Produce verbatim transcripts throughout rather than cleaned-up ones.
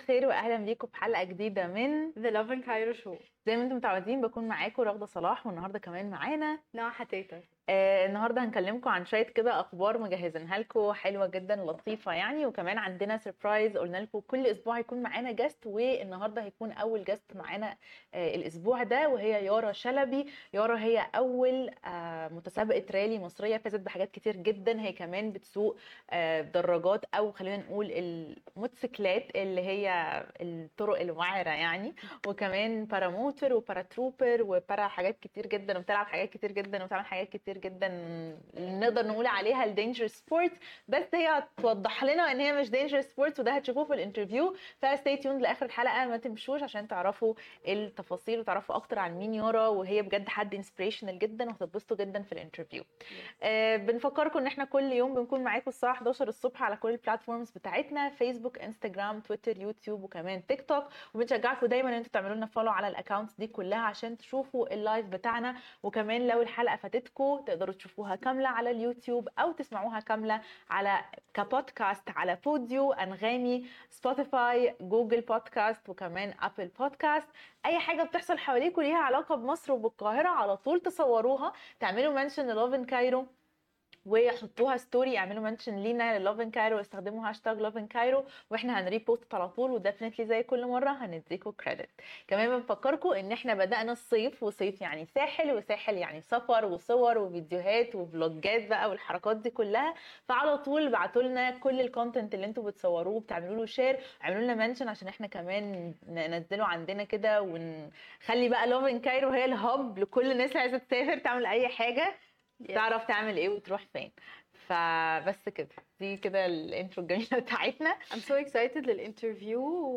الخير واهلا بيكم في حلقه جديده من The Love and Cairo Show. زي ما انتم متعودين بكون معاكم رغده صلاح، والنهارده كمان معانا نوع حتاتا. آه النهارده هنكلمكم عن شويه كده اخبار مجهزينها لكم حلوه جدا لطيفه يعني، وكمان عندنا سربرايز قلنا لكم كل اسبوع هيكون معانا جاست، والنهارده هيكون اول جاست معانا آه الاسبوع ده، وهي يارا شلبي. يارا هي اول آه متسابقه رالي مصريه فازت بحاجات كتير جدا. هي كمان بتسوق آه دراجات او خلينا نقول الموتوسيكلات اللي هي الطرق الوعره يعني، وكمان باراموتر وباراتروبر وبارا حاجات كتير جدا، وبتلعب حاجات كتير جدا وبتعمل حاجات كتير جدا نقدر نقول عليها الدينجر سبورت. بس هي هتوضح لنا ان هي مش دينجر سبورت، وده هتشوفوه في الانترفيو. فستي تيوند لاخر الحلقه، ما تمشوش عشان تعرفوا التفاصيل وتعرفوا اكتر عن مين يارا، وهي بجد حد انسبريشنال جدا وهتتبسطوا جدا في الانترفيو. آه بنفكركم ان احنا كل يوم بنكون معاكم الساعه احداشر الصبح على كل البلاتفورمز بتاعتنا، فيسبوك، انستجرام، تويتر، يوتيوب، وكمان تيك توك. وبنشجعكم دايما ان انتوا تعملوا لنا فولو على الاكونتس دي كلها عشان تشوفوا اللايف بتاعنا، وكمان لو الحلقه فاتتكم تقدروا تشوفوها كامله على اليوتيوب او تسمعوها كامله على كبودكاست على بوديو، انغامي، سبوتيفاي، جوجل بودكاست، وكمان ابل بودكاست. اي حاجه بتحصل حواليكم ليها علاقه بمصر وبالقاهره على طول تصوروها، تعملوا منشن للاف ان كايرو ويحطوها ستوري، يعملوا منشن لينا للاف ان كايرو واستخدموا هاشتاج لاف ان كايرو، واحنا هنريبوست على طول، وديفنتلي زي كل مره هنديكوا كريدت. كمان بنفكركم ان احنا بدانا الصيف، وصيف يعني ساحل، وساحل يعني سفر وصور وفيديوهات وفلوجات بقى والحركات دي كلها. فعلى طول ابعتوا لنا كل الكونتنت اللي انتوا بتصوروه، بتعملوا له شير، اعملوا لنا منشن عشان احنا كمان ننزله عندنا كده، ونخلي بقى لاف ان كايرو هي الهب لكل الناس اللي عايزه تسافر تعمل اي حاجه، تعرف تعمل ايه وتروح فين. فبس كده، دي كده الانترو الجميله بتاعتنا. I'm so excited للانترفيو.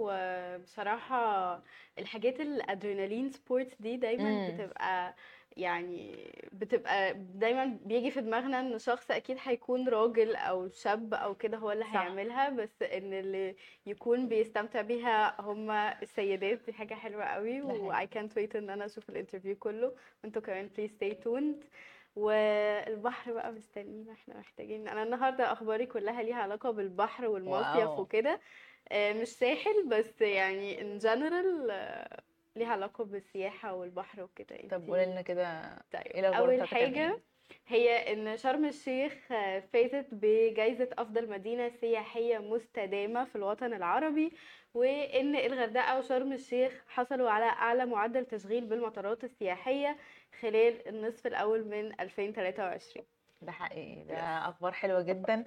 وبصراحة الحاجات الادرينالين سبورتس دي دايما مم. بتبقى يعني بتبقى دايما بيجي في دماغنا ان شخص اكيد هيكون راجل او شاب او كده هو اللي صح. هيعملها، بس ان اللي يكون بيستمتع بيها هما السيدات، دي حاجة حلوة قوي. ده و حقيقي. I can't wait ان انا اشوف الانترفيو كله، وانتوا كمان please stay tuned. والبحر بقى مستنينا، احنا محتاجين. انا النهارده اخباري كلها ليها علاقه بالبحر والمصيف واو. وكده. آه، مش ساحل بس يعني in general، آه، ليها علاقه بالسياحه والبحر وكده. طب قولي انتي لنا كده طيب، ايه الاخبار اول بتاعتك عن حاجه ايه؟ هي ان شرم الشيخ آه، فازت بجائزه افضل مدينه سياحيه مستدامه في الوطن العربي، وان الغردقه وشرم الشيخ حصلوا على اعلى معدل تشغيل بالمطارات السياحيه خلال النصف الاول من ألفين وتلاتة وعشرين. ده حقيقي، ده Yes. اخبار حلوه جدا.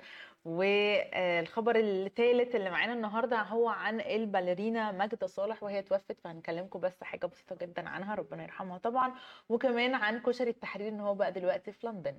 والخبر الثالث اللي معانا النهارده هو عن الباليرينا ماجدة صالح، وهي توفت، فهنكلمكم بس حاجه بسيطه جدا عنها، ربنا يرحمها طبعا. وكمان عن كشري التحرير ان هو بقى دلوقتي في لندن.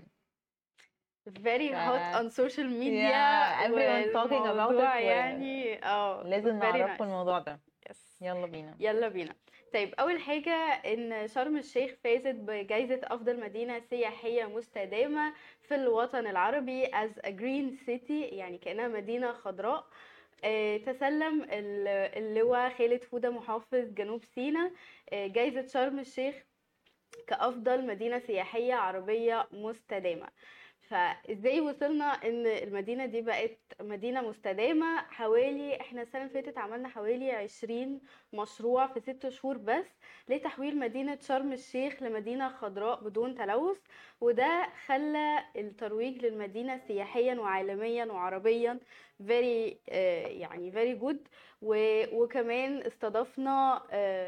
very ف hot on social media. yeah, everyone's talking about it، والموضوع يعني اه ولازم very نعرفه nice. الموضوع ده. Yes. يلا بينا. يلا بينا. طيب، اول حاجه ان شرم الشيخ فازت بجائزه افضل مدينه سياحيه مستدامه في الوطن العربي as a green city، يعني كانها مدينه خضراء. آه، تسلم ال- اللواء خالد فودة محافظ جنوب سيناء آه، جائزه شرم الشيخ كأفضل مدينة سياحية عربية مستدامة. فازاي وصلنا ان المدينة دي بقت مدينة مستدامة؟ حوالي احنا السنة اللي فاتت عملنا حوالي عشرين مشروع في ست شهور بس لتحويل مدينة شرم الشيخ لمدينة خضراء بدون تلوث، وده خلى الترويج للمدينة سياحيا وعالميا وعربيا very آه، يعني very good. و- وكمان استضفنا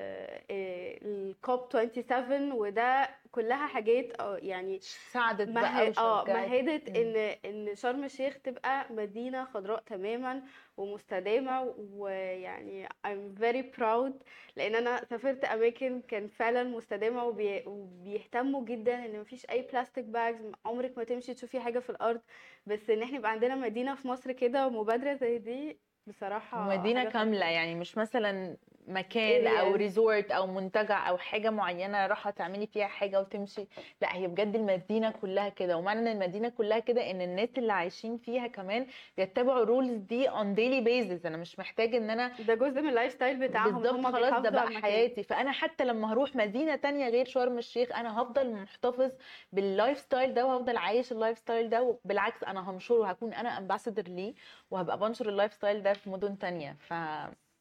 الكوب سبعة وعشرين، وده كلها حاجات آه، يعني ساعدت بقى مه... اه وشجعت. مهدت مم. ان ان شرم الشيخ تبقى مدينة خضراء تماما ومستدامة. ويعني I'm very proud لان انا سافرت اماكن كان فعلا مستدامة، وبي... وبيهتموا جدا ان مفيش اي بلاستيك باجز، عمرك ما تمشي تشوفي حاجة في الارض. بس ان احنا يبقى عندنا مدينة في مصر كده ومبادرة زي دي بصراحة ومدينة حاجة كاملة، خطيرة. يعني مش مثلا مكان او areas. ريزورت او منتجع او حاجة معينة راح تعملي فيها حاجة وتمشي، لا هي بجد المدينة كلها كده. ومعنى ان المدينة كلها كده ان الناس اللي عايشين فيها كمان بيتبعوا الرولز دي on daily basis. انا مش محتاج ان انا ده جزء من اللايف ستايل بتاعهم، بالظبط هم خلاص ده بيحافظوا بقى على المكان. حياتي، فانا حتى لما هروح مدينة تانية غير شرم الشيخ انا هفضل محتفظ باللايف ستايل ده، وهفضل عايش اللايف ستايل ده، وبالعكس انا هنشره، هكون انا امباسادور ليه، وهبقى بنشر اللايف ستايل ده في مدن تانية. ف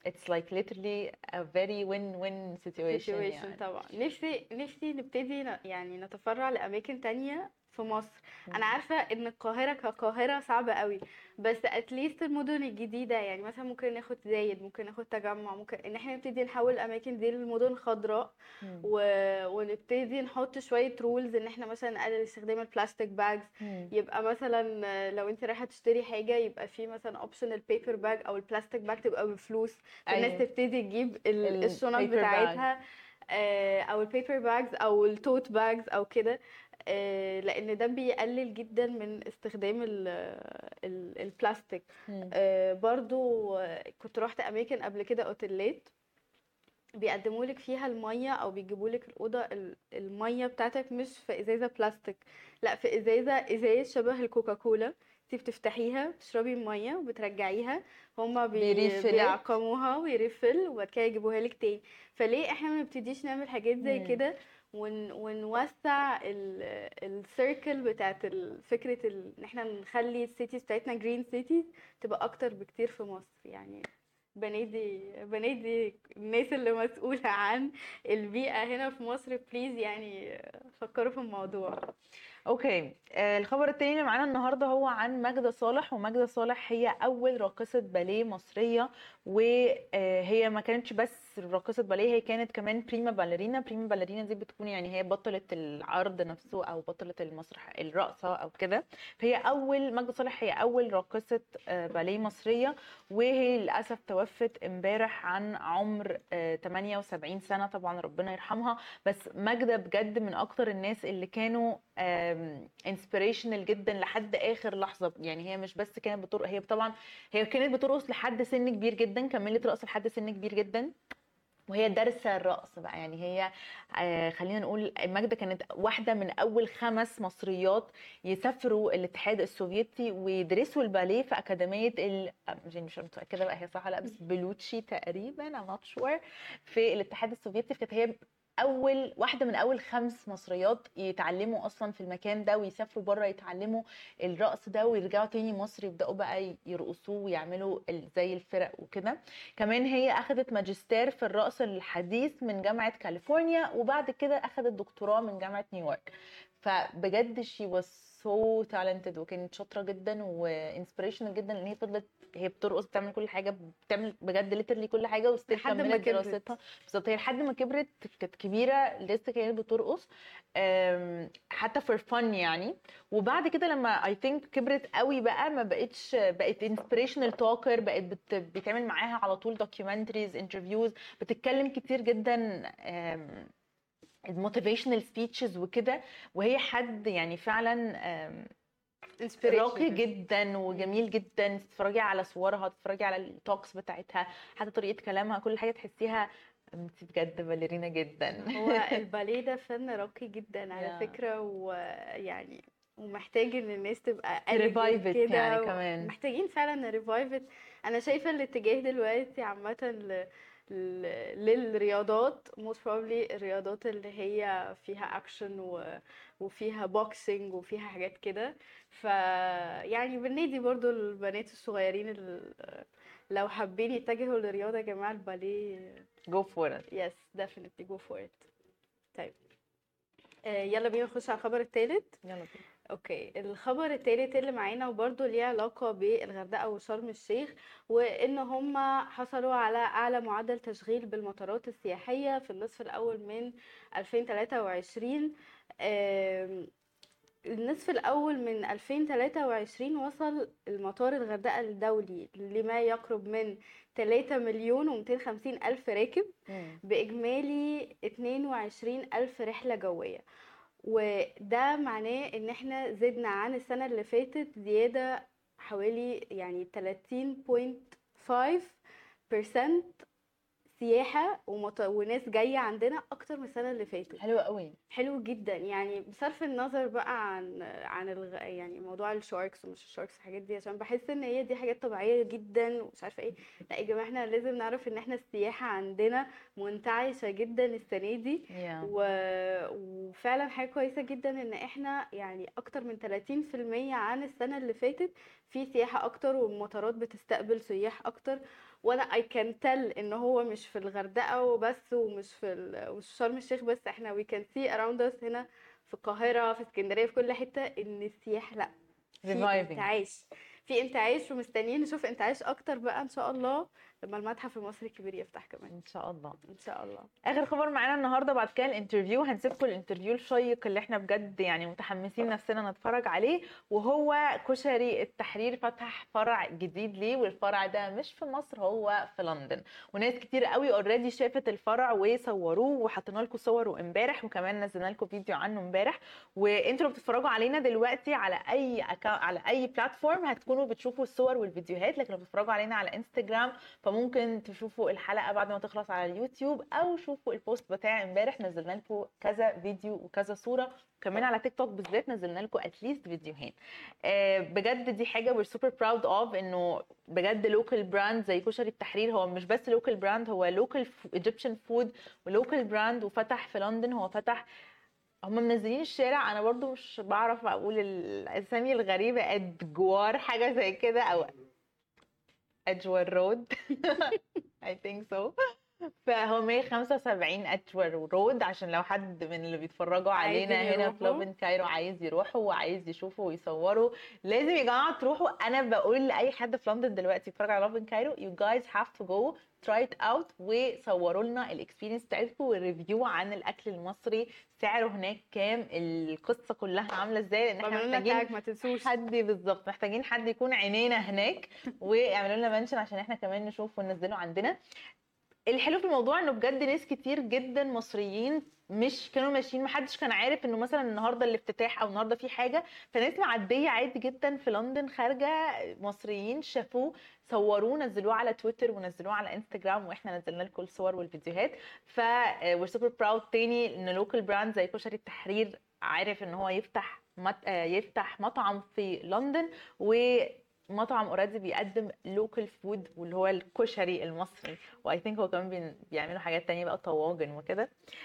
it's like literally a very win-win situation situation يعني. طبعا. نفسي نفسي نبتدي ن- يعني نتفرع لأماكن تانية في مصر. مم. انا عارفه ان القاهره كقاهره صعبه قوي، بس اتليست المدن الجديده، يعني مثلا ممكن ناخد زايد، ممكن ناخد تجمع، ممكن ان احنا نبتدي نحول الاماكن دي لمدن خضراء مم. و... ونبتدي نحط شويه رولز ان احنا مثلا نقلل استخدام البلاستيك باجز. مم. يبقى مثلا لو انت رايحه تشتري حاجه يبقى في مثلا اوبشن البيبر باج او البلاستيك باج تبقى بفلوس، فالناس ايوه تبتدي تجيب ال- ال الشنط paper bag. بتاعتها، آه، او البيبر باجز او التوت باجز او كده، آه، لان ده بيقلل جدا من استخدام ال- ال- البلاستيك. مم. آه، برضو آه، كنت روحت اماكن قبل كده اوتيلات بيقدموا لك فيها الميه او بيجيبوا لك الاوضه ال- الميه بتاعتك مش في ازازه بلاستيك، لا في ازازه ازاز شبه الكوكاكولا. انت بتفتحيها بتشربي الميه وبترجعيها، هما بي بيريفلت. بيعقموها ويرفل وبعد كده يجيبوها لك تاني. فليه احنا ما نبتديش نعمل حاجات زي مم. كده ون ونوسع السيركل بتاعت ال- فكره ال- ان احنا نخلي السيتيز بتاعتنا جرين سيتيز تبقى اكتر بكتير في مصر يعني. بنادي بنادي الناس اللي مسؤولة عن البيئة هنا في مصر بليز يعني فكروا في الموضوع. اوكي، آه، الخبر التاني اللي معانا النهارده هو عن ماجدة صالح. وماجدة صالح هي اول راقصة باليه مصرية، وهي ما كانتش بس راقصة باليه، هي كانت كمان بريما باليرينا. بريما باليرينا دي بتكون يعني هي بطلة العرض نفسه او بطلة المسرح الرقصة او كده. فهي اول ماجدة صالح هي اول راقصة آه، باليه مصرية، وهي للاسف توفت امبارح عن عمر آه، ثمانية وسبعين سنة، طبعا ربنا يرحمها. بس ماجدة بجد من اكتر الناس اللي كانوا انسبيريشنال جدا لحد اخر لحظه. يعني هي مش بس كانت بترقص، هي طبعا هي كانت بترقص لحد سن كبير جدا، كملت رقص لحد سن كبير جدا، وهي دارسه الرقص بقى. يعني هي آه، خلينا نقول ماجدة كانت واحده من اول خمس مصريات يسافروا الاتحاد السوفيتي ويدرسوا الباليه في اكاديميه ال مش مش متاكده بقى هي صح ولا لا، بس بلوتشي تقريبا I'm not sure في الاتحاد السوفيتي. فكانت هي اول واحده من اول خمس مصريات يتعلموا اصلا في المكان ده ويسافروا بره يتعلموا الرقص ده ويرجعوا تاني مصر يبداوا بقى يرقصوه ويعملوا ال- زي الفرق وكده. كمان هي اخذت ماجستير في الرقص الحديث من جامعة كاليفورنيا، وبعد كده اخذت دكتوراه من جامعة نيويورك. فبجد she was so talented، وكانت شاطرة جدا وانسبريشنال جدا، لان هي فضلت هي بترقص بتعمل كل حاجة، بتعمل بجد ليترلي كل حاجة، وستيل لحد ما كملت كبرت. دراستها. بالظبط، هي لحد ما كبرت كانت كبيرة لسه كانت بترقص أم، حتى فور فن يعني. وبعد كده لما اي ثينك كبرت قوي بقى ما بقتش بقت انسبريشنال توكر، بقت بت... بيتعمل معاها على طول دوكيومنتريز انترفيوز، بتتكلم كتير جدا الموتيفيشنال سبيتشز وكده. وهي حد يعني فعلا آم، راقي inspirational. جدا وجميل جدا. تتفرجي على صورها، تتفرجي على التوكس بتاعتها، حتى طريقة كلامها، كل حاجة تحسيها انت بجد باليرينا جدا. هو الباليه ده فن راقي جدا على Yeah. فكرة، ويعني ومحتاج ان الناس تبقى تريفايف elegant ات يعني كده، كمان. محتاجين فعلا نريفايف. انا شايفة الاتجاه دلوقتي عامة ل... ل... للرياضات most probably الرياضات اللي هي فيها اكشن و... وفيها بوكسينج وفيها حاجات كده. ف يعني بنادي برضو البنات الصغيرين ال... لو حابين يتجهوا للرياضة يا جماعة الباليه go for it. yes definitely go for it. طيب آه، يلا بينا نخش على الخبر الثالث. يلا بينا. اوكي، الخبر الثالث اللي معانا وبرده ليه علاقة بالغردقة وشرم الشيخ، وان هم حصلوا على اعلى معدل تشغيل بالمطارات السياحية في النصف الاول من ألفين وثلاثة وعشرين. آم، النصف الأول من ألفين وثلاثة وعشرين وصل المطار الغردقة الدولي لما يقرب من ثلاثة مليون ومئتين وخمسين ألف راكب مم. بإجمالي اثنين وعشرين ألف رحلة جوية. وده معناه ان احنا زدنا عن السنة اللي فاتت زيادة حوالي يعني ثلاثين فاصلة خمسة بالمية سياحة ومط... وناس جاية عندنا اكتر من السنة اللي فاتت. حلوة قوي. حلو جدا يعني، بصرف النظر بقى عن عن الغ... يعني موضوع الشاركس ومش الشاركس الحاجات دي، عشان بحس ان هي دي حاجات طبيعيه جدا ومش عارفه ايه. لا يا جماعه احنا لازم نعرف ان احنا السياحه عندنا منتعشه جدا السنه دي. yeah. و... وفعلا حاجه كويسه جدا ان احنا يعني اكتر من ثلاثين بالمية عن السنه اللي فاتت في سياحه اكتر، والمطارات بتستقبل سياح اكتر. وانا اي كان تل ان هو مش في الغردقه وبس ومش في ال- ومش في شرم الشيخ بس، احنا وي كان سي اراوند اس هنا في القاهره في اسكندريه في كل حته ان السياحه لا في reviving. انتعاش في انتعاش ومستنيين نشوف انتعاش اكتر بقى ان شاء الله لما المتحف المصري الكبير يفتح كمان ان شاء الله. ان شاء الله. اخر خبر معانا النهارده بعد كده الانترفيو، هنسيبكم الانترفيو الشيق اللي احنا بجد يعني متحمسين نفسنا نتفرج عليه، وهو كشري التحرير فتح فرع جديد ليه، والفرع ده مش في مصر، هو في لندن. وناس كتير قوي اوريدي شافت الفرع وصوروه وحطينا لكم صوره امبارح، وكمان نزلنا لكم فيديو عنه امبارح. وانتوا لو بتتفرجوا علينا دلوقتي على اي أكا... على اي بلاتفورم هتكونوا بتشوفوا الصور والفيديوهات، لكن لو بتتفرجوا علينا على انستجرام فممكن تشوفوا الحلقه بعد ما تخلص على اليوتيوب، او شوفوا البوست بتاع امبارح نزلنا لكم كذا فيديو وكذا صوره، وكمان على تيك توك بالذات نزلنا لكم اتليست فيديوهين. آه بجد دي حاجه we're super proud of، انه بجد لوكال براند زي كشري التحرير هو مش بس لوكال براند، هو لوكال ايجيبشن فود ولوكال براند، وفتح في لندن. هو فتح هم منزلين الشارع، انا برضو مش بعرف اقول الاسامي الغريبه، ادجوار حاجه زي كده او ادجوار رود I think so. فهو مية وخمسة وسبعين ادجوار رود، عشان لو حد من اللي بيتفرجوا علينا عايزين هنا في يروحوا. لوفن كايرو عايز يروحوا وعايز يشوفوا ويصوروا، لازم يا جماعه تروحوا. انا بقول لاي حد في لندن دلوقتي يتفرج على لوفن كايرو you guys have to go try it out، وصوروا لنا الاكسبيرينس بتاعتكم والريفيو عن الاكل المصري، سعره هناك كام، القصه كلها عامله ازاي، لان احنا واعملوا لنا محتاجين تاج ما تنسوش. حد بالظبط محتاجين حد يكون عينينا هناك ويعملوا لنا منشن عشان احنا كمان نشوف وننزله عندنا. الحلو في الموضوع انه بجد ناس كتير جدا مصريين مش كانوا ماشيين، محدش كان عارف انه مثلا النهارده الافتتاح او النهارده في حاجه، فناس معديه عادي جدا في لندن خارجه مصريين شافوه صوروه نزلوه على تويتر ونزلوه على انستجرام، واحنا نزلنا لكم الصور والفيديوهات. ف we're super proud تاني ان لوكال براند زي كشري التحرير عارف ان هو يفتح مط... يفتح مطعم في لندن، و مطعم اوريدي بيقدم لوكال فود واللي هو الكشري المصري، واي ثينك هو كمان بي- بيعملوا حاجات تانية بقى طواجن وكده.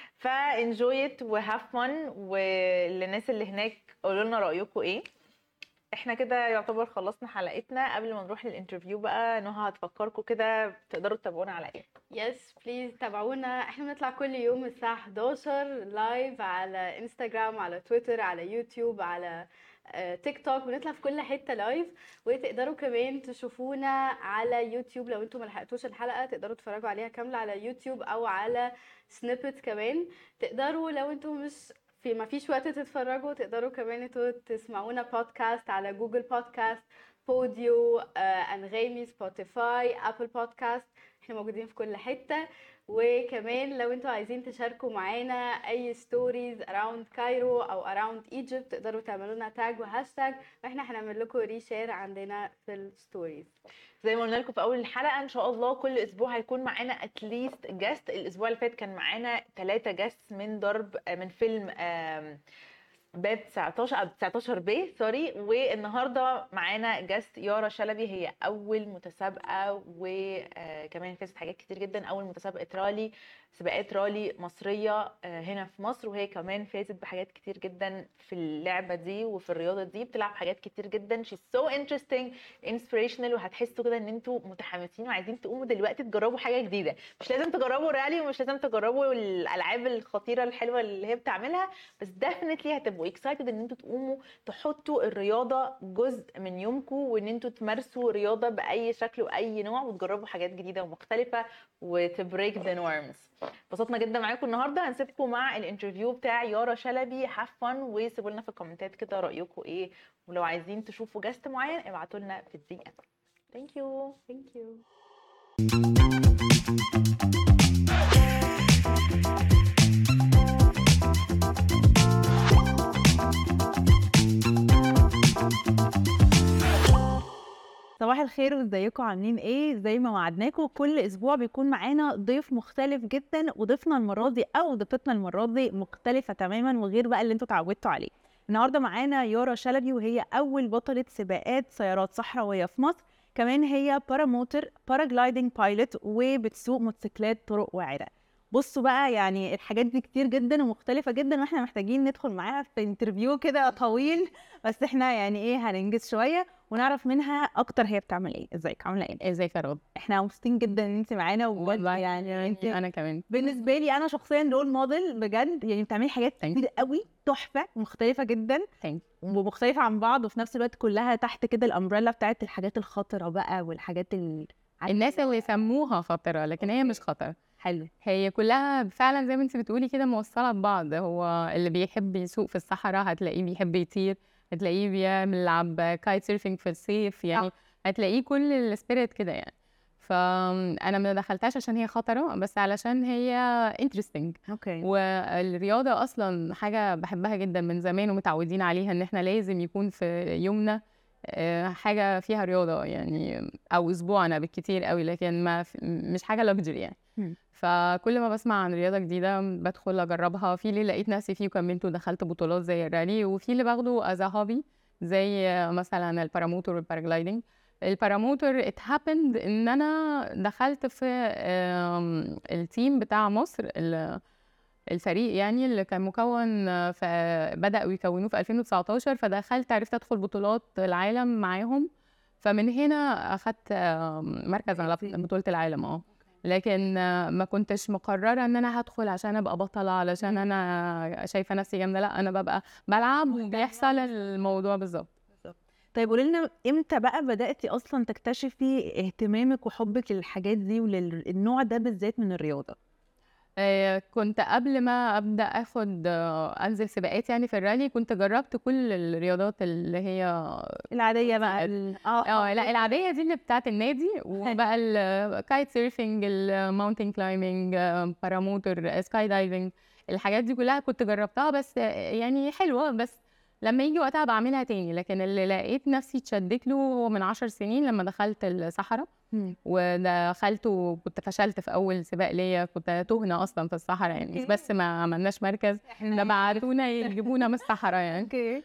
فانجوي ات وهاف فن، وللناس اللي هناك قولوا لنا رايكم ايه. احنا كده يعتبر خلصنا حلقتنا. قبل ما نروح للانترفيو بقى نهى هتفكركم كده تقدروا تتابعونا على ايه. يس بليز تابعونا، احنا بنطلع كل يوم الساعة حداشر لايف على انستجرام على تويتر على يوتيوب على آه، تيك توك، بنطلع في كل حتة لايف. وتقدروا كمان تشوفونا على يوتيوب لو انتم ملحقتوش الحلقة، تقدروا تتفرجوا عليها كاملة على يوتيوب او على سنيبت كمان. تقدروا لو انتم مش في ما فيش وقت تتفرجوا، تقدروا كمان انتوا تسمعونا بودكاست على جوجل بودكاست، بوديو، آه، انغامي، سبوتيفاي، ابل بودكاست، احنا موجودين في كل حتة. وكمان لو انتوا عايزين تشاركوا معانا اي ستوريز اراوند كايرو او اراوند ايجيبت، تقدروا تعملوا لنا تاج وهاشتاج، واحنا هنعمل لكم ريشير عندنا في الستوريز. زي ما قلنا لكم في اول الحلقه ان شاء الله كل اسبوع هيكون معانا اتليست جاست. الاسبوع اللي فات كان معانا ثلاثة جاست من ضرب من فيلم آم، باب تسعتاشر او تسعتاشر بي سوري. والنهارده معانا جاست يارا شلبي، هي اول متسابقه وكمان فازت حاجات كتير جدا، اول متسابقه رالي سباقات رالي مصريه آه، هنا في مصر، وهي كمان فازت بحاجات كتير جدا في اللعبه دي وفي الرياضه دي، بتلعب حاجات كتير جدا. she's so interesting inspirational، وهتحسوا كده ان انتوا متحمسين وعايزين تقوموا دلوقتي تجربوا حاجه جديده. مش لازم تجربوا رالي ومش لازم تجربوا الالعاب الخطيره الحلوه اللي هي بتعملها، بس definitely هتبقوا excited ان انتوا تقوموا تحطوا الرياضه جزء من يومكم، وان انتوا تمارسوا رياضه باي شكل واي نوع وتجربوا حاجات جديده ومختلفه وتبريك ذا نورمز. انبسطنا جدا معاكم النهارده. هنسيبكم مع الانترفيو بتاع يارا شلبي. هاف فن، وسيبوا لنا في الكومنتات كده رايكم ايه، ولو عايزين تشوفوا جاست معين ابعتوا لنا في الدقيقه. ثانك يو ثانك يو. صباح الخير، وازيكم عاملين ايه؟ زي ما وعدناكم كل اسبوع بيكون معانا ضيف مختلف جدا، وضيفنا المره دي او ضيفتنا المره دي مختلفه تماما وغير بقى اللي انتوا اتعودتوا عليه. النهارده معانا يارا شلبي، وهي اول بطله سباقات سيارات صحراويه في مصر، كمان هي باراموتر باراجلايدنج بايلوت وبتسوق موتوسيكلات طرق وعرة. بصوا بقى يعني الحاجات دي كتير جدا ومختلفة جدا، واحنا محتاجين ندخل معاها في انترفيو كده طويل، بس احنا يعني ايه هننجز شوية ونعرف منها اكتر هي بتعمل ايه. ازيك عاملة ايه؟ ازيك يا رب؟ احنا مبسوطين جدا ان انت معانا، وبجد والله يعني انت انا كمان بالنسبة لي انا شخصيا رول موديل بجد، يعني بتعملي حاجات Thank كتير قوي تحفة مختلفة جدا Thank ومختلفة عن بعض، وفي نفس الوقت كلها تحت كده الامبريلا بتاعت الحاجات الخطرة بقى والحاجات ال... الناس اللي يسموها خطرة لكن هي مش خطرة، حلو. هي كلها فعلا زي ما انت بتقولي كده موصلة ببعض. هو اللي بيحب يسوق في الصحراء هتلاقيه بيحب يطير، هتلاقيه بيلعب كايت سيرفينج في الصيف، يعني هتلاقيه كل السبيريت كده يعني. فانا ما دخلتهاش عشان هي خطرة، بس علشان هي انترستنج. اوكي. والرياضة اصلا حاجة بحبها جدا من زمان ومتعودين عليها ان احنا لازم يكون في يومنا آه، حاجة فيها رياضة يعني، او اسبوعنا بالكتير قوي، لكن ما في مش حاجة لوكسجري يعني. مم. فكل ما بسمع عن رياضة جديدة بدخل أجربها. في اللي لقيت نفسي فيه وكملت ودخلت بطولات زي الرالي، وفي اللي باخده از هوبي زي مثلا الباراموتور والباراجلايدنج. الباراموتور ات هابند ان انا دخلت في آم، التيم بتاع مصر، ال- الفريق يعني اللي كان مكون في بدأوا يكونوه في ألفين وتسعتاشر، فدخلت عرفت ادخل بطولات العالم معاهم. فمن هنا اخدت آم، مركز على بطولة العالم. اه لكن آه، ما كنتش مقررة ان انا هدخل عشان ابقى بطلة، علشان انا شايفة نفسي جامدة. لا، انا ببقى بلعب وبيحصل الموضوع بالظبط. طيب قولي لنا امتى بقى بدأتي اصلا تكتشفي اهتمامك وحبك للحاجات دي وللنوع ده بالذات من الرياضة؟ آه، كنت قبل ما ابدا اخد آه، انزل سباقات يعني في الرالي، كنت جربت كل الرياضات اللي هي العادية بقى ال... اه لا العاديه دي اللي بتاعت النادي، وبقى الكايت سيرفينج، الماونتن كلايمنج، باراموتور، سكاي دايفنج، الحاجات دي كلها كنت جربتها، بس آه، يعني حلوه، بس لما يجي وقتها بعملها تاني. لكن اللي لقيت نفسي اتشدت له هو من عشر سنين لما دخلت الصحراء، مم. ودخلت وكنت فشلت في اول سباق ليا، كنت تهنا اصلا في الصحراء يعني، مش بس ما عملناش مركز، ده بعتونا يجيبونا من الصحراء يعني. اوكي.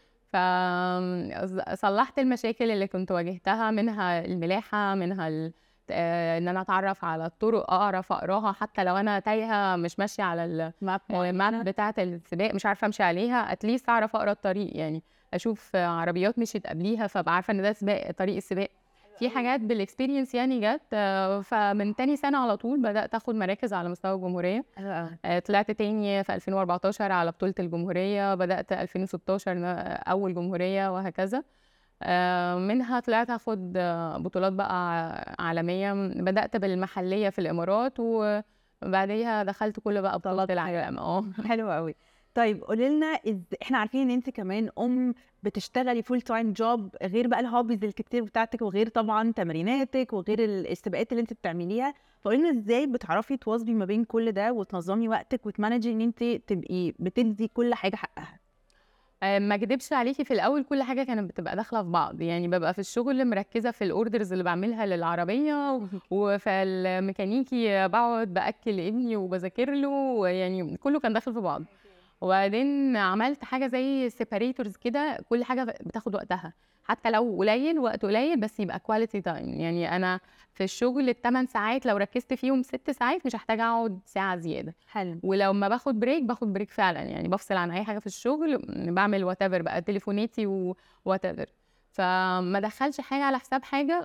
فصلحت المشاكل اللي كنت واجهتها، منها الملاحة، منها ال... آه، ان انا اتعرف على الطرق، اعرف اقراها حتى لو انا تايهه مش ماشيه على ماب الماب بتاعه السباق، مش عارفه امشي عليها، اتليست اعرف اقرا الطريق يعني، اشوف عربيات مشيت قبليها فابقى عارفه ان ده سباق، طريق السباق. في حاجات بالاكسبيرينس يعني جت. آه، فمن تاني سنه على طول بدات اخد مراكز على مستوى الجمهوريه. آه، طلعت تاني في ألفين وأربعتاشر على بطوله الجمهوريه، بدات ألفين وستاشر ن- اول جمهوريه، وهكذا. آه، منها طلعت اخد آه، بطولات بقى عالميه. بدات بالمحليه في الامارات، وبعديها دخلت كل بقى بطولات العالم. اه حلو قوي. طيب قولي لنا إز... احنا عارفين ان انت كمان ام بتشتغلي فول تايم جوب، غير بقى الهوبيز الكتير بتاعتك، وغير طبعا تمريناتك، وغير السباقات اللي انت بتعمليها. فقولي لنا ازاي بتعرفي تواظبي ما بين كل ده وتنظمي وقتك وتمانجي ان انت تبقي بتدي كل حاجه حقها؟ آه، ما اكدبش عليكي، في الاول كل حاجه كانت بتبقى داخله في بعض يعني، ببقى في الشغل مركزه في الاوردرز اللي بعملها للعربيه، وفي الميكانيكي بقعد باكل ابني وبذاكر له، يعني كله كان داخل في بعض. وبعدين عملت حاجه زي سيباريتورز كده، كل حاجه بتاخد وقتها، حتى لو قليل، وقت قليل بس يبقى كواليتي تايم. يعني انا في الشغل الثمان ساعات لو ركزت فيهم ست ساعات مش هحتاج اقعد ساعه زياده. حلو. ولو ما باخد بريك باخد بريك فعلا، يعني بفصل عن اي حاجه في الشغل، بعمل وات ايفر بقى، تليفوناتي ووات ايفر. فما دخلش حاجه على حساب حاجه،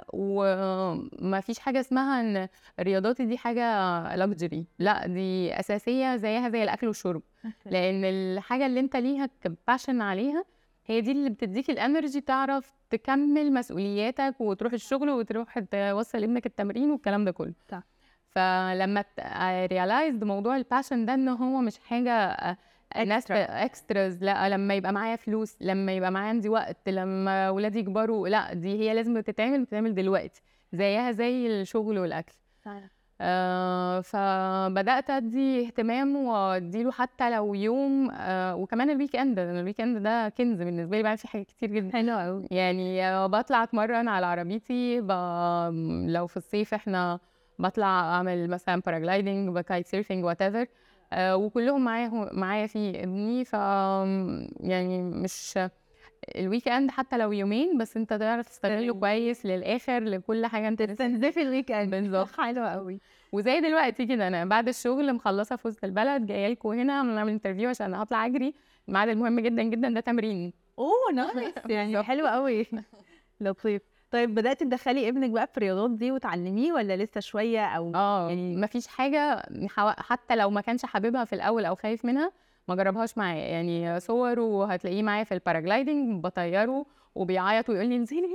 وما فيش حاجه اسمها ان رياضاتي دي حاجه لوكسجري، لا دي اساسيه زيها زي الاكل والشرب. لان الحاجه اللي انت ليها باشن عليها هي دي اللي بتديك الانرجي تعرف تكمل مسؤولياتك وتروح الشغل وتروح توصل ابنك التمرين والكلام ده كله. صح. فلما ريلايزد موضوع الباشن ده ان هو مش حاجه ناس اكستراز، لا لما يبقى معايا فلوس، لما يبقى معايا عندي وقت، لما ولادي يكبروا، لا دي هي لازم تتعمل تتعمل دلوقتي زيها زي الشغل والاكل. فعلا. آه فبدات ادي اهتمام واديله حتى لو يوم. آه وكمان الويك اند، الويك اند ده كنز بالنسبه لي، بعمل فيه حاجات كتير جدا. حلو قوي. يعني آه، بطلع اتمرن على عربيتي ب... لو في الصيف احنا بطلع اعمل مثلا باراجلايدنج، بكايت سيرفينج، وات ايفر. وكلهم معايا معايا في ابني. ف يعني مش الويك اند حتى لو يومين بس انت تعرف تستغله كويس للاخر لكل حاجه انت تستنزفي الويك اند. بالظبط. حلوه قوي. وزي دلوقتي كده انا بعد الشغل مخلصه في وسط البلد جايه لكم هنا نعمل انترفيو عشان هطلع اجري. الميعاد المهم جدا جدا ده تمرين. اوه نايس يعني حلو قوي. لطيف. طيب بدأتي تدخلي ابنك بقى في الرياضات دي وتعلميه ولا لسه شويه او اه يعني مفيش حاجه حوا- حتى لو ما كانش حاببها في الاول او خايف منها ما جربهاش معايا. يعني صوره هتلاقيه معايا في الباراجلايدنج بطيره وبيعيط ويقول لي انزلي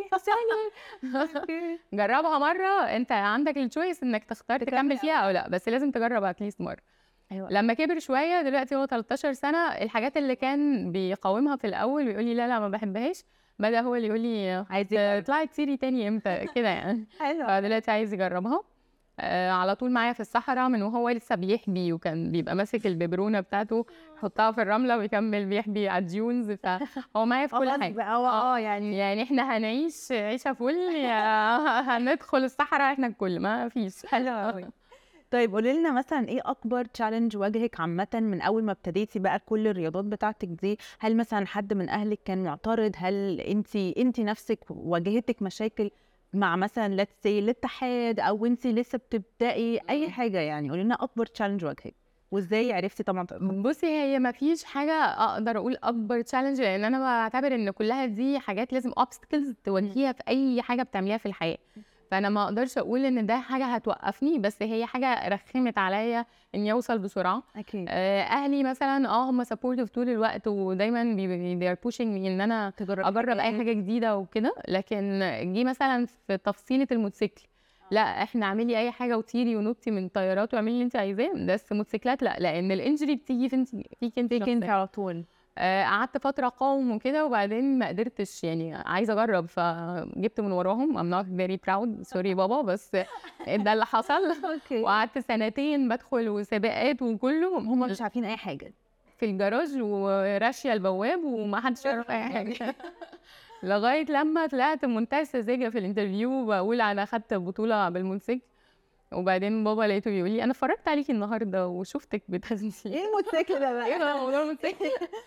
انزلي. جربها مره، انت عندك التشويس انك تختار تكمل فيها او لا، بس لازم تجرب اتليست مره. ايوه. لما كبر شويه دلوقتي هو تلتاشر سنه، الحاجات اللي كان بيقاومها في الاول ويقول لي لا لا ما بحبهاش، بدا هو اللي يقول لي عايز تطلعي تسيري تاني امتى كده يعني. حلو. فدلوقتي عايز يجربها. آه على طول معايا في الصحراء من وهو لسه بيحبي، وكان بيبقى ماسك الببرونه بتاعته يحطها في الرمله ويكمل بيحبي على الديونز، فهو معايا في كل حاجه. بقى هو اه يعني يعني احنا هنعيش عيشه فل يا هندخل الصحراء احنا الكل ما فيش. حلو قوي. طيب قولي لنا مثلا ايه اكبر تشالنج واجهك عامه من اول ما ابتديتي بقى كل الرياضات بتاعتك دي؟ هل مثلا حد من اهلك كان معترض؟ هل انت انت نفسك واجهتك مشاكل مع مثلا let's say الاتحاد او انت لسه بتبدأي اي حاجه؟ يعني قولي لنا اكبر تشالنج واجهك وازاي عرفتي طبعا تقدري. بصي هي ما فيش حاجه اقدر اقول اكبر تشالنج، لان انا بعتبر ان كلها دي حاجات لازم obstacles تواجهيها في اي حاجه بتعمليها في الحياه، فانا ما اقدرش اقول ان ده حاجه هتوقفني، بس هي حاجه رخمت عليا اني اوصل بسرعه. اكيد. آه، اهلي مثلا اه هم سبورتيف طول الوقت ودايما they are pushing me ان انا تجرب اجرب اي حاجه جديده وكده، لكن جه مثلا في تفصيله الموتوسيكل لا احنا اعملي اي حاجه وطيري ونطي من طيارات واعملي اللي انت عايزاه، بس موتوسيكلات لا، لان الانجري بتيجي فيك فيك انت فيك انت شخصياً. على طول. آه، قعدت فتره قاوم وكده وبعدين ما قدرتش، يعني عايزه اجرب فجبت من وراهم I'm not very proud سوري بابا بس ده اللي حصل. اوكي. وقعدت سنتين بدخل وسباقات وكله هم مش عارفين اي حاجه في الجراج وراشيه البواب وما حدش يعرف اي حاجه لغايه لما طلعت منتهى السذاجه في الانترفيو بقول انا خدت بطوله بالموتوسيكل، وبعدين بابا لقيته بيقول لي انا اتفرجت عليكي النهارده وشفتك بتغني. ايه الموتوسيكل ده بقى؟ ايه ده موضوع الموتوسيكل؟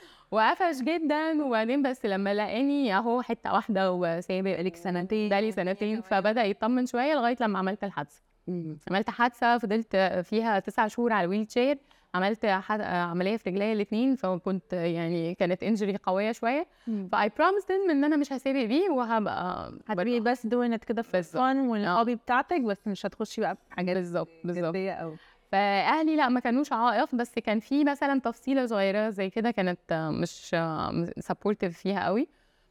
وقفش جدا، وبعدين بس لما لقاني اهو حته واحده وسابق لك سنتين بقالي سنتين فبدا يطمن شويه لغايه لما عملت الحادثه. عملت حادثه فضلت فيها تسع شهور على الويل تشير، عملت حد... عمليه في رجليا الاثنين، فكنت يعني كانت انجري قويه شويه، فاي بروميسد ان انا مش هسيبك بيه وهبقى هتبقي بس دوينت كده في الفن والهوبي بتاعتك، بس مش هتخشي بقى في حاجات بالظبط بالظبط. جديه قوي. فاهلي لا ما كانوش عائق، بس كان في مثلا تفصيله صغيره زي كده كانت مش سبورتيف فيها قوي.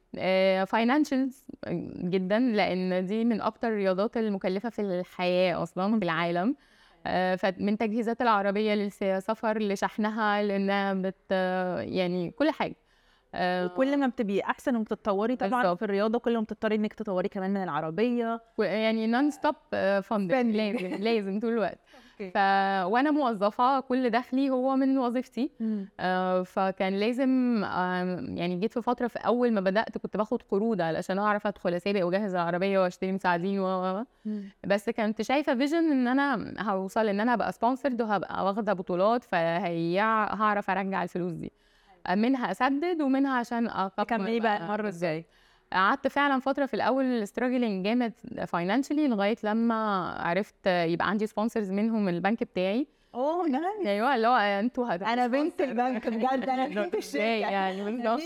فاينانشالز جدا، لان دي من اكتر الرياضات المكلفه في الحياه اصلا في العالم. فمن تجهيزات العربيه للسفر لشحنها لانها بت يعني كل حاجه. وكل ما بتبقي احسن وبتتطوري طبعا بالزبط. في الرياضه كل ما بتضطري انك تطوري كمان من العربيه، يعني نون ستوب فند لازم لازم طول الوقت. ف وانا موظفه كل دخلي هو من وظيفتي، آه فكان لازم آه يعني جيت في فتره في اول ما بدات كنت باخد قروض علشان اعرف ادخل اسابق واجهز العربيه واشتري مساعدين و بس كنت شايفه فيجن ان انا هوصل ان انا ابقى سبونسرد وهبقى واخده بطولات، فهي هعرف ارجع الفلوس دي، منها اسدد ومنها عشان اكمل بقى المره ازاي. قعدت فعلا فتره في الاول ستراجلينج جامد فاينانشالي لغايه لما عرفت يبقى عندي سبونسرز منهم البنك بتاعي. اوه نايس. ايوه اللي هو انتوا انا بنت البنك بجد، انا بنت الشركه يعني بالظبط.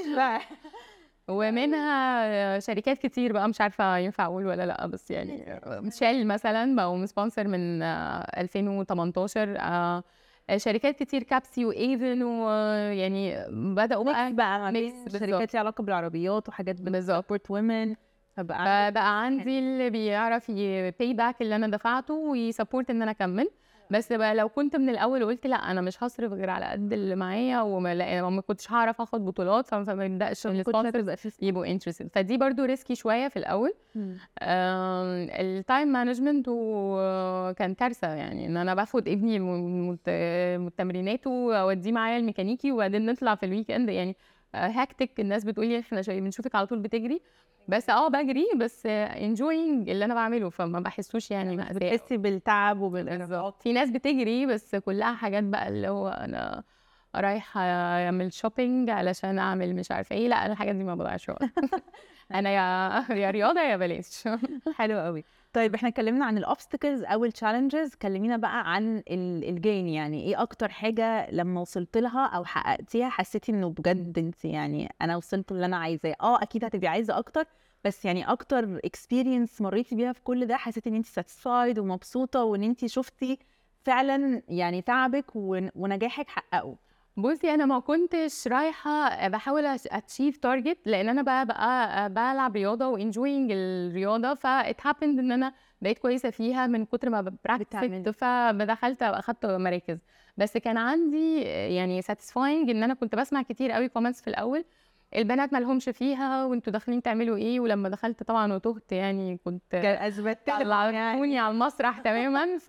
ومنها شركات كتير بقى مش عارفه ينفع اقول ولا لا، بس يعني شال مثلا بقوا سبونسر من ألفين وتمنتاشر، شركات كتير كابسي وايفن، ويعني بداوا بقى بقى شركات ليها علاقه بالعربيات وحاجات بالظبط وومن، فبقى, فبقى عندي اللي بيعرف يباي باك اللي انا دفعته ويسبورت ان انا اكمل. بس بقى لو كنت من الاول قلت لا انا مش هصرف غير على قد اللي معايا وما ما كنتش هعرف اخد بطولات، فما يبداش السبونسرز يبقوا انترستد، فدي برضو ريسكي شويه في الاول. التايم مانجمنت كان كارثه، يعني ان انا باخد ابني من تمريناته واوديه معايا الميكانيكي وبعدين نطلع في الويك اند، يعني هاكتك. الناس بتقولي احنا بنشوفك على طول بتجري، بس اه بجري بس انجوينج اللي انا بعمله، فما بحسوش يعني بتحسي بالتعب وبالارهاق. في ناس بتجري بس كلها حاجات بقى اللي هو انا رايحه اعمل شوبينج علشان اعمل مش عارفه ايه، لا انا الحاجات دي ما بضيعش وقت. انا يا يا رياضه يا بلاش. حلو قوي. طيب احنا اتكلمنا عن الاوبستكلز او التشالنجز، كلمينا بقى عن الجين. يعني ايه اكتر حاجه لما وصلت لها او حققتيها حسيتي انه بجد انت يعني انا وصلت اللي انا عايزاه؟ اه اكيد هتبقي عايزه اكتر، بس يعني اكتر اكسبيرينس مريتي بيها في كل ده حسيتي ان انت ساتيسفايد ومبسوطه وان انت شفتي فعلا يعني تعبك ونجاحك حققه؟ بصي انا ما كنتش رايحه بحاول اتشيف تارجت، لان انا بقى بقى بلعب رياضه وانجوينج الرياضه، فات هابند ان انا بقيت كويسه فيها من كتر ما براكتس، فدخلت اخدت مراكز. بس كان عندي يعني ساتيسفاينج ان انا كنت بسمع كتير قوي كومنتس في الاول البنات ما لهمش فيها وانتوا داخلين تعملوا ايه، ولما دخلت طبعا وتهت يعني كنت اثبتت طلعوني على المسرح تماما.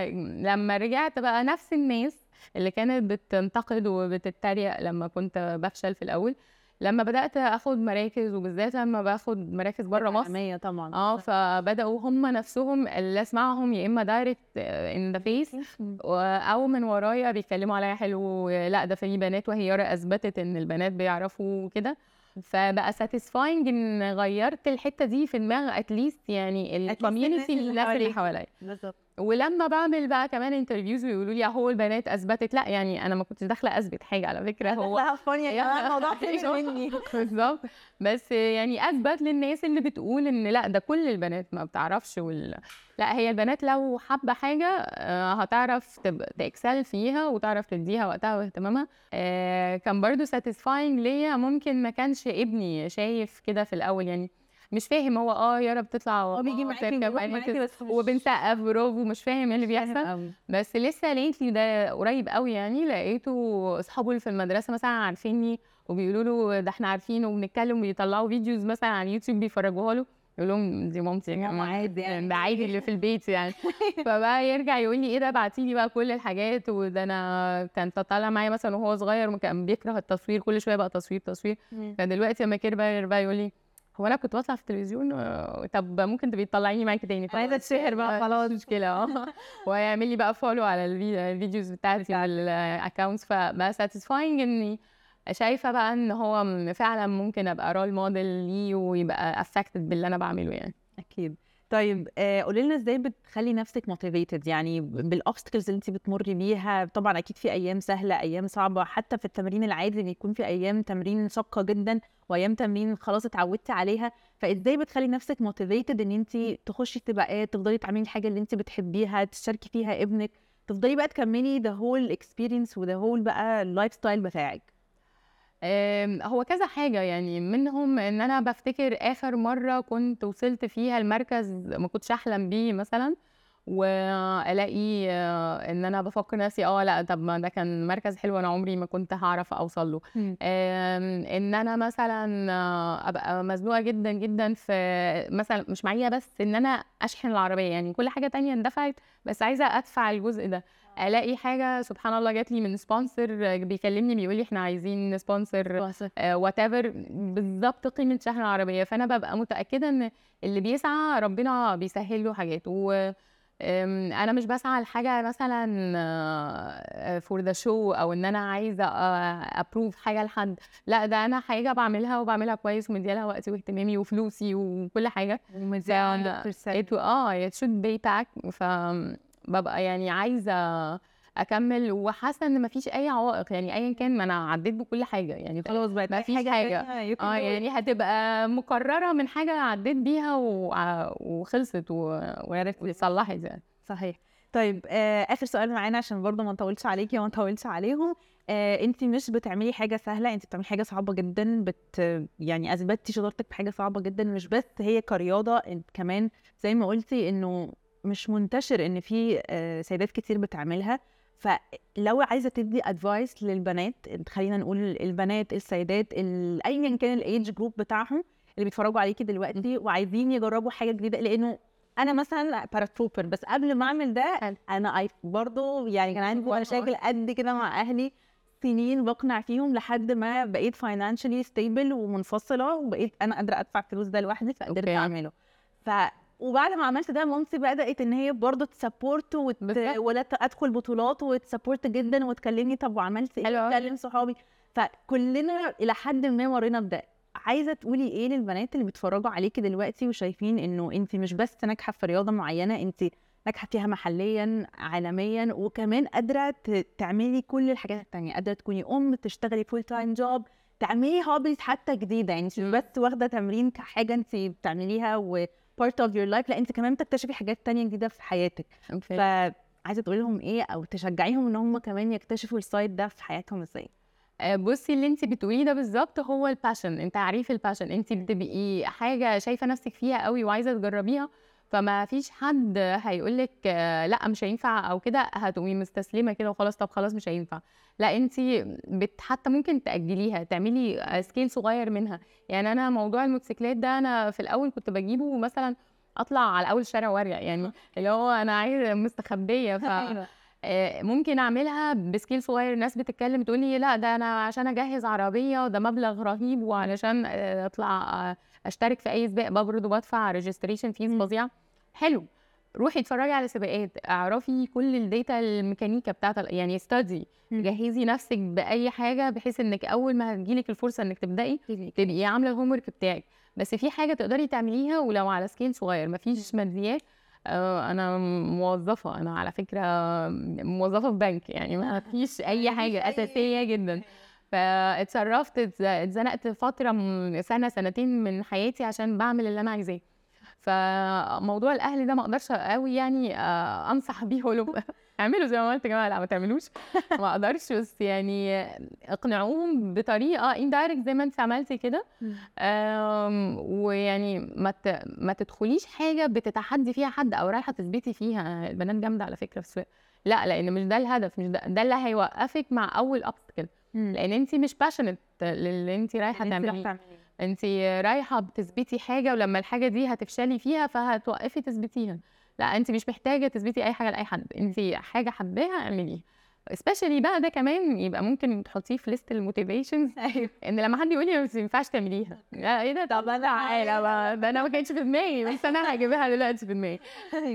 فلما رجعت بقى نفس الناس اللي كانت بتنتقد وبتتريق لما كنت بفشل في الاول، لما بدات اخد مراكز وبالذات لما باخد مراكز بره مصر طبعا اه فبداوا هم نفسهم اللي اسمعهم يا اما دايركت ان ذا فيس او من ورايا بيتكلموا عليا حلو، لا ده في بنات وهي يارا اثبتت ان البنات بيعرفوا كده. فبقى ساتيسفاينج ان غيرت الحته دي في دماغ اتليست يعني الكوميونتي الناس اللي حواليا. بالظبط. ولما بعمل بقى كمان انترفيوز ويقولوا لي اهو البنات اثبتت، لا يعني انا ما كنتش داخله اثبت حاجه على فكره، هو لا فاني يا جماعه الموضوع كبير مني. بالظبط. بس يعني اثبت للناس اللي بتقول ان لا ده كل البنات ما بتعرفش وال... لا هي البنات لو حابه حاجه هتعرف تاكسل فيها وتعرف تديها وقتها واهتمامها. كان برضو ساتيسفاينج ليا، ممكن ما كانش ابني شايف كده في الاول، يعني مش فاهم هو اه يارا بتطلع هو بيجي معاكي بس وبنسقف برافو مش فاهم ايه اللي بيحصل. بس لسه لقيت لي ده قريب قوي، يعني لقيته اصحابه اللي في المدرسه مثلا عارفيني وبيقولوا له ده احنا عارفينه وبنتكلم وبيطلعوا فيديوز مثلا على اليوتيوب بيفرجوها له، يقول لهم دي مامتي يا جماعه عادي يعني ده عادي اللي في البيت يعني. فبقى يرجع يقول لي ايه ده بعتي لي بقى كل الحاجات، وده انا كان طالع معايا مثلا وهو صغير وكان بيكره التصوير كل شويه بقى تصوير تصوير. فدلوقتي لما كبر بقى يقول لي هو انا كنت بطلع في التلفزيون، طب ممكن تبقي تطلعيني معاكي تاني عايزه اتشهر بقى خلاص مش مشكله اه ويعمل لي بقى فولو على الفيديوز بتاعتي على الاكونتس. فبقى ساتيسفاينج اني شايفه بقى ان هو فعلا ممكن ابقى رول موديل ليه ويبقى افكتد باللي انا بعمله يعني. اكيد. طيب آه قولي لنا ازاي بتخلي نفسك موتيفيتد يعني بالاوبستكلز اللي انت بتمري بيها؟ طبعا اكيد في ايام سهله ايام صعبه، حتى في التمرين العادي بيكون في ايام تمرين شاقه جدا وايام تمرين خلاص اتعودتي عليها، فازاي بتخلي نفسك موتيفيتد ان انت تخشي سباقات، تفضلي تعملي الحاجه اللي انت بتحبيها، تشاركي فيها ابنك، تفضلي بقى تكملي ذا هول اكسبيرينس وذا هول بقى اللايف ستايل بتاعك؟ هو كذا حاجة، يعني منهم ان انا بفتكر اخر مرة كنت وصلت فيها المركز ما كنتش احلم بيه مثلا، والاقي ان انا بفكر نفسي اه لا طب ما ده كان مركز حلو انا عمري ما كنت هعرف اوصل له. ان انا مثلا ابقى مزنوقه جدا جدا في مثلا مش معايا بس ان انا اشحن العربيه، يعني كل حاجه تانية اندفعت بس عايزه ادفع الجزء ده، الاقي حاجه سبحان الله جات لي من سبونسر بيكلمني بيقول لي احنا عايزين سبونسر وات ايفر بالظبط قيمه شحن العربيه، فانا ببقى متاكده ان اللي بيسعى ربنا بيسهل له حاجات. و انا مش بسعى لحاجه مثلا فور ذا شو او ان انا عايزه ابروف حاجه لحد، لا ده انا حاجه بعملها وبعملها كويس ومديها لها وقتي واهتمامي وفلوسي وكل حاجه ومديها اه it should pay back. فببقى يعني عايزه اكمل وحاسه ان مفيش اي عوائق، يعني ايا كان ما انا عديت بكل حاجه، يعني خلاص بقت مفيش حاجه, حاجة. اه يعني هتبقى مكرره من حاجه عديت بيها وخلصت وعرفت وصلحت يعني. صحيح. طيب آه اخر سؤال معانا عشان برضه ما نطولش عليكي وما نطولش عليهم. آه انت مش بتعملي حاجه سهله، انت بتعملي حاجه صعبه جدا، بت يعني اثبتي شطارتك بحاجه صعبه جدا، مش بس هي كرياضه، انت كمان زي ما قلتي انه مش منتشر ان في آه سيدات كتير بتعملها. فلو عايزه تدي ادفايس للبنات، خلينا نقول البنات السيدات ايا كان الايدج جروب بتاعهم اللي بيتفرجوا عليكي دلوقتي وعايزين يجربوا حاجه جديده، لانه انا مثلا باراتروبر بس قبل ما اعمل ده انا اي برضه يعني كان عندي مشاكل قد كده مع اهلي سنين بقنع فيهم لحد ما بقيت فاينانشالي ستيبل ومنفصله وبقيت انا قادره ادفع فلوس ده لوحدي فقدرت اعمله. ف وبعد ما عملت ده مامتي بدات ان هي برضه تسبورت وت... بالظبط. ولا ادخل بطولات وتسبورت جدا وتكلمني طب وعملت ايه، حلو أوي. تكلم صحابي. فكلنا الى حد ما مرينا بده. عايزه تقولي ايه للبنات اللي بيتفرجوا عليكي دلوقتي وشايفين انه انت مش بس ناجحه في رياضه معينه، انت ناجحه فيها محليا عالميا، وكمان قادره ت- تعملي كل الحاجات التانية، قادره تكوني ام، تشتغلي فول تايم جوب، تعملي هوبيز حتى جديده، يعني مش بس واخده تمرين كحاجه انت بتعمليها و part of your life، لا انت كمان بتكتشفي حاجات تانية جديده في حياتك. اوكي. فعايزه تقولي لهم ايه او تشجعيهم ان هم كمان يكتشفوا السايد ده في حياتهم ازاي؟ آه، بصي اللي انت بتقوليه ده بالظبط هو الباشن، انت عارف الباشن، انت بتبقي حاجه شايفه نفسك فيها قوي وعايزه تجربيها، فما فيش حد هيقولك آه، لا مش هينفع او كده هتقومي مستسلمه كده وخلاص طب خلاص مش هينفع. لا انت بت حتى ممكن تاجليها، تعملي سكيل صغير منها. يعني انا موضوع الموتوسيكلات ده انا في الاول كنت بجيبه مثلا اطلع على اول شارع وارجع، يعني اللي هو انا عايزه مستخبيه، ف آه، ممكن اعملها بسكيل صغير. الناس بتتكلم تقول لي لا ده انا عشان اجهز عربيه ده مبلغ رهيب، وعلشان آه، اطلع آه، اشترك في اي سباق برضه بدفع ريجستريشن فيز فظيع. حلو، روحي اتفرجي على سباقات، اعرفي كل الداتا الميكانيكا بتاعت ال- يعني استدي، جهزي نفسك باي حاجه بحيث انك اول ما هتجيلك الفرصه انك تبداي تبقي عامله الهوم ورك بتاعك. بس في حاجه تقدري تعمليها ولو على سكيل صغير، مفيش ماديات. آه، انا موظفه، انا على فكره موظفه في بنك، يعني ما فيش اي حاجه اساسيه جدا. فاتصرفت اتز- اتزنقت فتره من سنه سنتين من حياتي عشان بعمل اللي انا عايزاه. فموضوع الاهل ده ما اقدرش قوي يعني آه، انصح بيه، اقول اعملوا زي ما قلت يا جماعه، لا ما تعملوش. ما اقدرش، بس يعني اقنعوهم بطريقه اندايركت زي ما انت عملتي كده. آم، ويعني ما ت- ما تدخليش حاجه بتتحدي فيها حد او رايحه تثبتي فيها. البنات جامده على فكره في السواقه، لا، لان مش ده الهدف، مش ده, ده اللي هيوقفك مع اول obstacle، لان انت مش باشنت للي انت رايحه تعمليه. انت رايحه بتثبتي حاجه، ولما الحاجه دي هتفشلي فيها فهتوقفي تثبتيها. لا انت مش محتاجه تثبتي اي حاجه لاي حد، انت حاجه حباها اعمليها. especially بقى ده كمان يبقى ممكن تحطيه في ليست الموتيفيشنز، ان لما حد يقول لي ما ينفعش تعمليها، لا ايه ده، طب انا تعالى بقى، ده انا ما كانش في دماغي بس انا هجيبها دلوقتي في دماغي.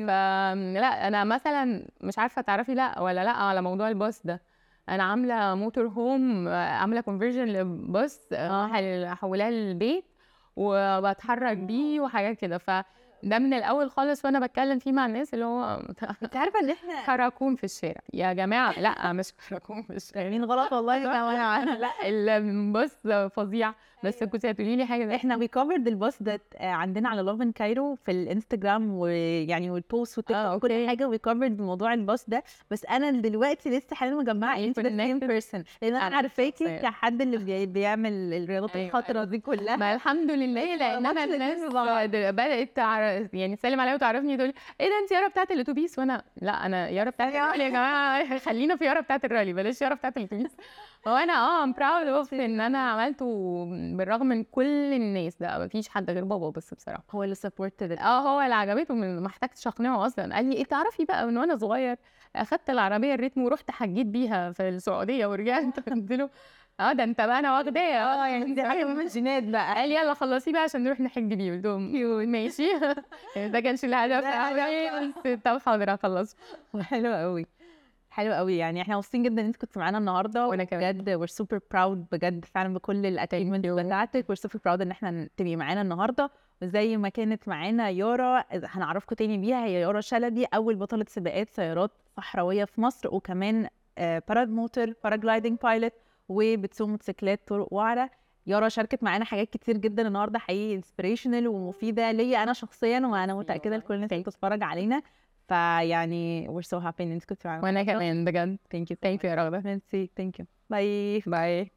فلا انا مثلا مش عارفه تعرفي لا ولا لا على موضوع الباص ده، انا عامله موتور هوم، عامله كونفرجن لباص، حولاه للبيت وبتحرك بيه وحاجات كده. ف ده من الاول خالص وانا بتكلم فيه مع الناس اللي هو انت عارفه ان احنا كراكون في الشارع يا جماعه، لا مش كراكون في الشارع، مين غلط والله يا جماعه. لا الباص فظيع. بس كنت هتقولي لي حاجه، احنا وي كفرد الباص ده عندنا على لوف ان كايرو في الانستجرام، ويعني والبوست والتيك توك كل حاجه وي كفرد موضوع الباص ده. بس انا دلوقتي لسه حاليا مجمعه انت ذا سيم بيرسون، لان انا عارفاكي كحد اللي بي- بيعمل الرياضات الخطره دي كلها. ما الحمد لله، لان انا الناس بدات تعرف يعني تسلم عليا وتعرفني تقول ايه ده انت يارا بتاعت الاتوبيس، وانا لا انا يارا بتاعت الرالي يا جماعه، خلينا في يارا بتاعت الرالي بلاش يارا بتاعت الاتوبيس. هو انا اه ام براود اوف ان انا عملته بالرغم من كل الناس، ده مفيش حد غير بابا بس بصراحه هو اللي سبورتد. اه هو اللي عجبته، من ما احتجتش اقنعه اصلا. قال لي ايه تعرفي بقى من وانا صغير اخدت العربيه الريتم ورحت حجيت بيها في السعوديه ورجعت. قلت له اه ده انت بقى انا واخداه، اه يعني دي حاجه من الجينات بقى. قال لي يلا خلصيه بقى عشان نروح نحج بيه. قلت له ماشي. ده كانش الهدف قوي بس طب حاضر هخلصه. حلو قوي، حلو قوي. يعني احنا مبسوطين جدا ان انت كنت معانا النهارده، وانا كمان بجد we're super proud بجد فعلا بكل الاتيمنت بتاعتك. we're super proud ان احنا تبقي معانا النهارده. وزي ما كانت معانا يارا هنعرفكم تاني بيها، هي يارا شلبي اول بطله سباقات سيارات صحراويه في مصر، وكمان باراد موتور باراجلايدنج بايلوت، وبتسوق موتوسيكلات طرق وعرة. يارا شاركت معانا حاجات كتير جدا النهارده حقيقي انسبريشنال ومفيده ليا انا شخصيا، وانا متاكده لكل الناس اللي بتتفرج علينا. فيعني we're so happy ان انت كنت معانا. وانا كمان بجد. thank you thank you يا رغده. merci thank you. باي باي.